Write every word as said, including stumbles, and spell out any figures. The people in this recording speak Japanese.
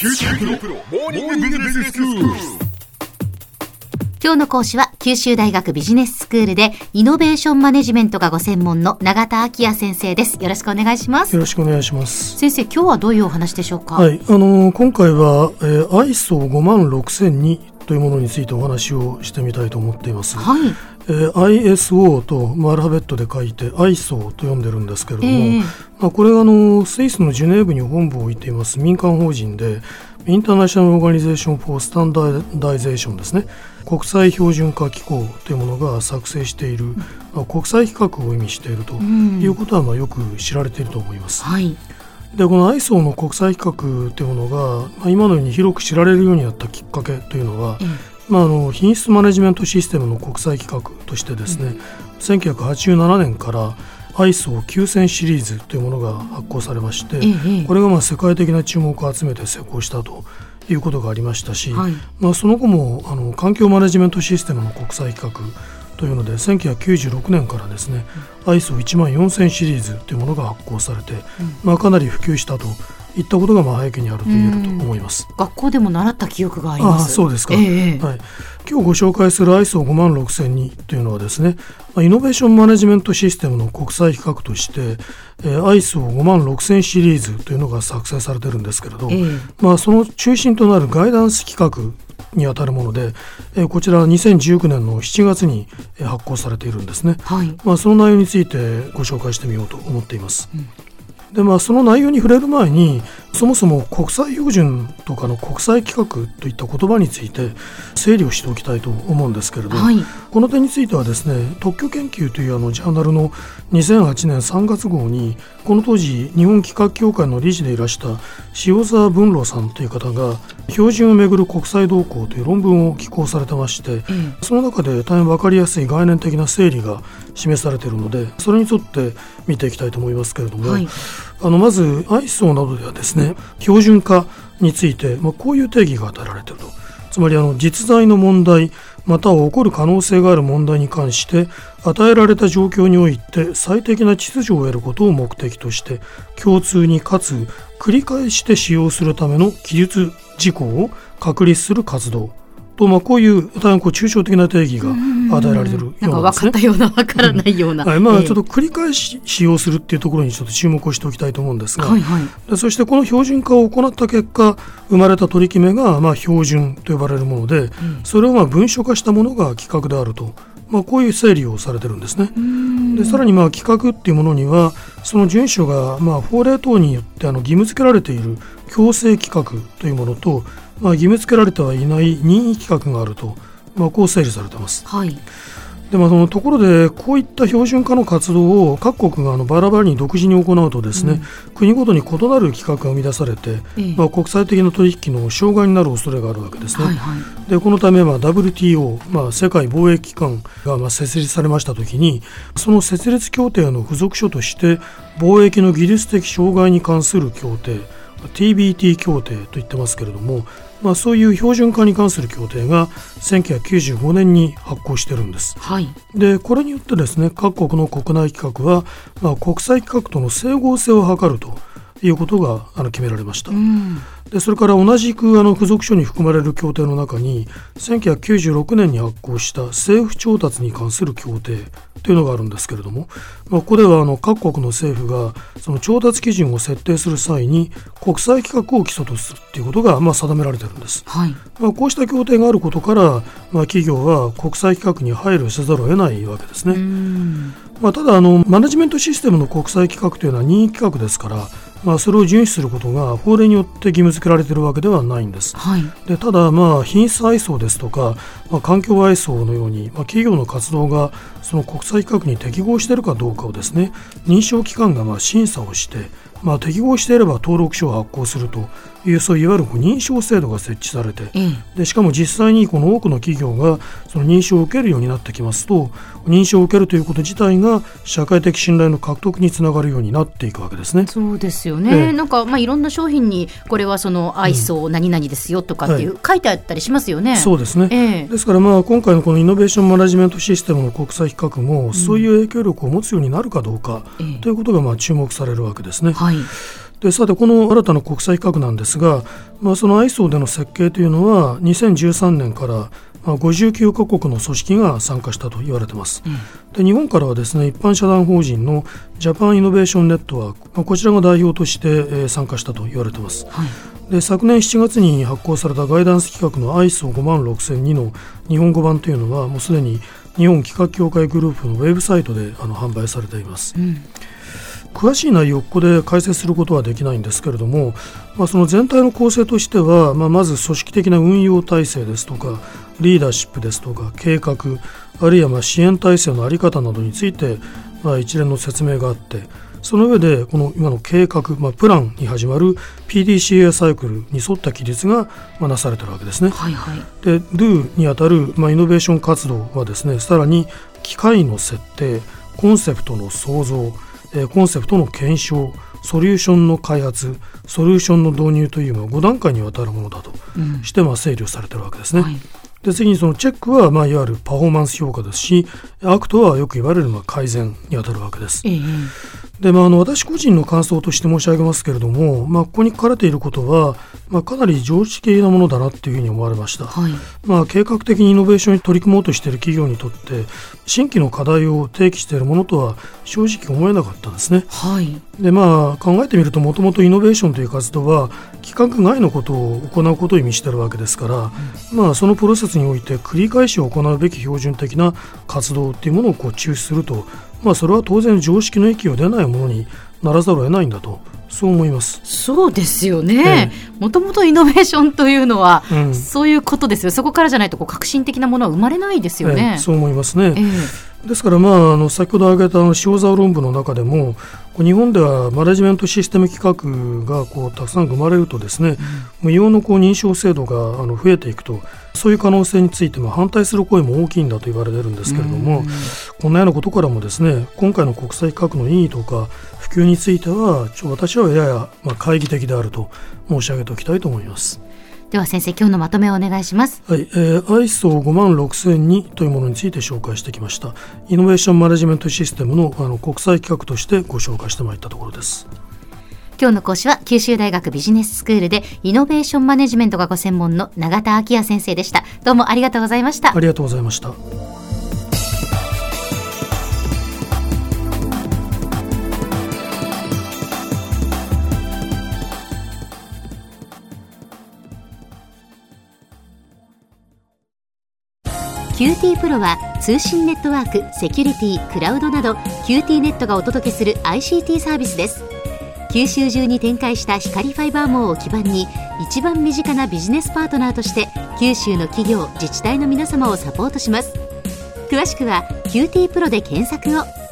九州大学モーニングビジネススクール。 今日の講師は九州大学ビジネススクールでイノベーションマネジメントがご専門の永田昭也先生です。よろしくお願いします。 よろしくお願いします。 先生、今日はどういうお話でしょうか？ はい、あのー、今回は、えー、アイエスオーごまんろくせんに というものについてお話をしてみたいと思っています。 はい。 えー、アイエスオー と、まあ、アルファベットで書いて アイエスオー と読んでるんですけれども、えーまあ、これはあのスイスのジュネーブに本部を置いています民間法人でインターナショナルオーガニゼーション・フォー・スタンダーダイゼーションですね、国際標準化機構というものが作成している、うんまあ、国際規格を意味しているということはまあよく知られていると思います。 はい。でこの アイエスオー の国際規格というものが、まあ、今のように広く知られるようになったきっかけというのは、うんまあ、あの品質マネジメントシステムの国際規格としてですね、うん、せんきゅうひゃくはちじゅうななねんから アイエスオーきゅうせん シリーズというものが発行されまして、ええ、これがまあ世界的な注目を集めて成功したということがありましたし、はいまあ、その後もあの環境マネジメントシステムの国際規格というのでせんきゅうひゃくきゅうじゅうろくねんからですね、うん、アイエスオーいちまんよんせん シリーズというものが発行されて、うんまあ、かなり普及したといったことがまあ背景にあると言えると思います。 学校でも習った記憶があります。 ああそうですか、 えーはい、今日ご紹介する アイエスオーごまんろくせんに というのはですね、イノベーションマネジメントシステムの国際規格として、えー、アイエスオーごまんろくせん シリーズというのが作成されているんですけれど、えーまあ、その中心となるガイダンス規格にあたるもので、えー、こちらにせんじゅうきゅうねんのしちがつに発行されているんですね。はいまあ、その内容についてご紹介してみようと思っています。うんでまあ、その内容に触れる前にそもそも国際標準とかの国際規格といった言葉について整理をしておきたいと思うんですけれど、はい、この点についてはですね特許研究というあのジャーナルのにせんはちねんさんがつ号にこの当時日本規格協会の理事でいらした塩沢文郎さんという方が標準をめぐる国際動向という論文を寄稿されてまして、うん、その中で大変分かりやすい概念的な整理が示されているのでそれに沿って見ていきたいと思いますけれども、はいあのまず アイエスオー などではですね標準化について、まあ、こういう定義が与えられていると。つまりあの実在の問題または起こる可能性がある問題に関して与えられた状況において最適な秩序を得ることを目的として共通にかつ繰り返して使用するための記述事項を確立する活動と、まあ、こういう大変こう抽象的な定義が与えられているようなんですね。 なんか分かったような分からないような、 うんはいまあ、ちょっと繰り返し使用するっていうところにちょっと注目をしておきたいと思うんですが、はいはい、でそしてこの標準化を行った結果生まれた取り決めがまあ標準と呼ばれるもので、うん、それをまあ文書化したものが規格であると、まあ、こういう整理をされてるんですね。でさらにまあ規格っていうものにはその遵守がまあ法令等によってあの義務付けられている強制規格というものとまあ、義務付けられてはいない任意規格があると、まあ、こう整理されています。はいでまあ、そのところでこういった標準化の活動を各国があのバラバラに独自に行うとですね、うん、国ごとに異なる規格が生み出されて、ええまあ、国際的な取引の障害になる恐れがあるわけですね。はいはい、でこのため、まあ、ダブリューティーオー、まあ、世界貿易機関がまあ設立されましたときにその設立協定の付属書として貿易の技術的障害に関する協定ティービーティー 協定と言ってますけれども、まあ、そういう標準化に関する協定がせんきゅうひゃくきゅうじゅうごねんに発行してるんです。はい、でこれによってですね各国の国内規格は、まあ、国際規格との整合性を図るということがあの決められました。うんでそれから同じくあの付属書に含まれる協定の中にせんきゅうひゃくきゅうじゅうろくねんに発行した政府調達に関する協定というのがあるんですけれども、まあ、ここではあの各国の政府がその調達基準を設定する際に国際規格を基礎とするということがまあ定められているんです。はいまあ、こうした協定があることから、まあ、企業は国際規格に配慮せざるを得ないわけですね。うんまあ、ただあのマネジメントシステムの国際規格というのは任意規格ですからまあ、それを遵守することが法令によって義務付けられているわけではないんです。はい、でただ、まあ、品質 アイエスオー ですとか、まあ、環境 アイエスオー のように、まあ、企業の活動がその国際規格に適合しているかどうかをですね認証機関がまあ審査をして、まあ、適合していれば登録書を発行するというそういわゆる認証制度が設置されて、うん、でしかも実際にこの多くの企業がその認証を受けるようになってきますと認証を受けるということ自体が社会的信頼の獲得につながるようになっていくわけですね。 そうですよね、ええ、なんかまあいろんな商品にこれはその アイエスオー 何々ですよとかっていう、うんはい、書いてあったりしますよね。 そうですね、ええ、ですからまあ今回のこのイノベーションマネジメントシステムの国際規格もそういう影響力を持つようになるかどうか、うん、ということがまあ注目されるわけですね。はいでさてこの新たな国際規格なんですが、まあ、その アイソー での設計というのはにせんじゅうさんねんからごじゅうきゅうカ国の組織が参加したと言われています、うん、で日本からはですね一般社団法人のジャパンイノベーションネットワーク、まあ、こちらが代表として参加したと言われています、はい、で昨年しちがつに発行されたガイダンス規格の アイソーごまんろくせんに の日本語版というのはもうすでに日本規格協会グループのウェブサイトであの販売されています、うん、詳しい内容をここで解説することはできないんですけれども、まあ、その全体の構成としては、まあ、まず組織的な運用体制ですとかリーダーシップですとか計画あるいはまあ支援体制の在り方などについてまあ一連の説明があって、その上でこの今の計画、まあ、プランに始まる ピーディーシーエー サイクルに沿った記述がまあなされているわけですね、はいはい、で ドゥ にあたるまあイノベーション活動はですねさらに機械の設定コンセプトの創造コンセプトの検証ソリューションの開発ソリューションの導入というご段階にわたるものだとしてまあ整理をされているわけですね、はい、で次にそのチェックはまあいわゆるパフォーマンス評価ですしアクトはよく言われるまあ改善にあたるわけです、えーでまあ、あの私個人の感想として申し上げますけれども、まあ、ここに書かれていることは、まあ、かなり常識的なものだなというふうに思われました、はいまあ、計画的にイノベーションに取り組もうとしている企業にとって新規の課題を提起しているものとは正直思えなかったんですね、はいでまあ、考えてみるともともとイノベーションという活動は規格外のことを行うことを意味しているわけですから、うんまあ、そのプロセスにおいて繰り返し行うべき標準的な活動というものをこう中止するとまあ、それは当然常識の域を出ないものにならざるを得ないんだとそう思います。 そうですよね、もともとイノベーションというのは、うん、そういうことですよ。そこからじゃないとこう革新的なものは生まれないですよね、 ええ、そう思いますね、ええ、ですから、まあ、あの先ほど挙げたあの塩沢論文の中でも日本ではマネジメントシステム規格がこうたくさん生まれるとですね、うん、無用のこう認証制度があの増えていくとそういう可能性についても反対する声も大きいんだと言われているんですけれども、こんなようなことからもですね今回の国際規格の意義とか普及についてはちょ私はややまあ懐疑的であると申し上げておきたいと思います。 では先生今日のまとめをお願いします。 はい、えー、アイソーごまんろくせんに というものについて紹介してきました。イノベーションマネジメントシステム の, あの国際規格としてご紹介してまいったところです。 今日の講師は九州大学ビジネススクールでイノベーションマネジメントがご専門の永田昭也先生でした。どうもありがとうございました。 ありがとうございました。 キューティー プロは通信ネットワーク、セキュリティ、クラウドなど キューティー ネットがお届けする アイシーティー サービスです。九州中に展開した光ファイバー網を基盤に一番身近なビジネスパートナーとして九州の企業、自治体の皆様をサポートします。詳しくは キューティー プロで検索を。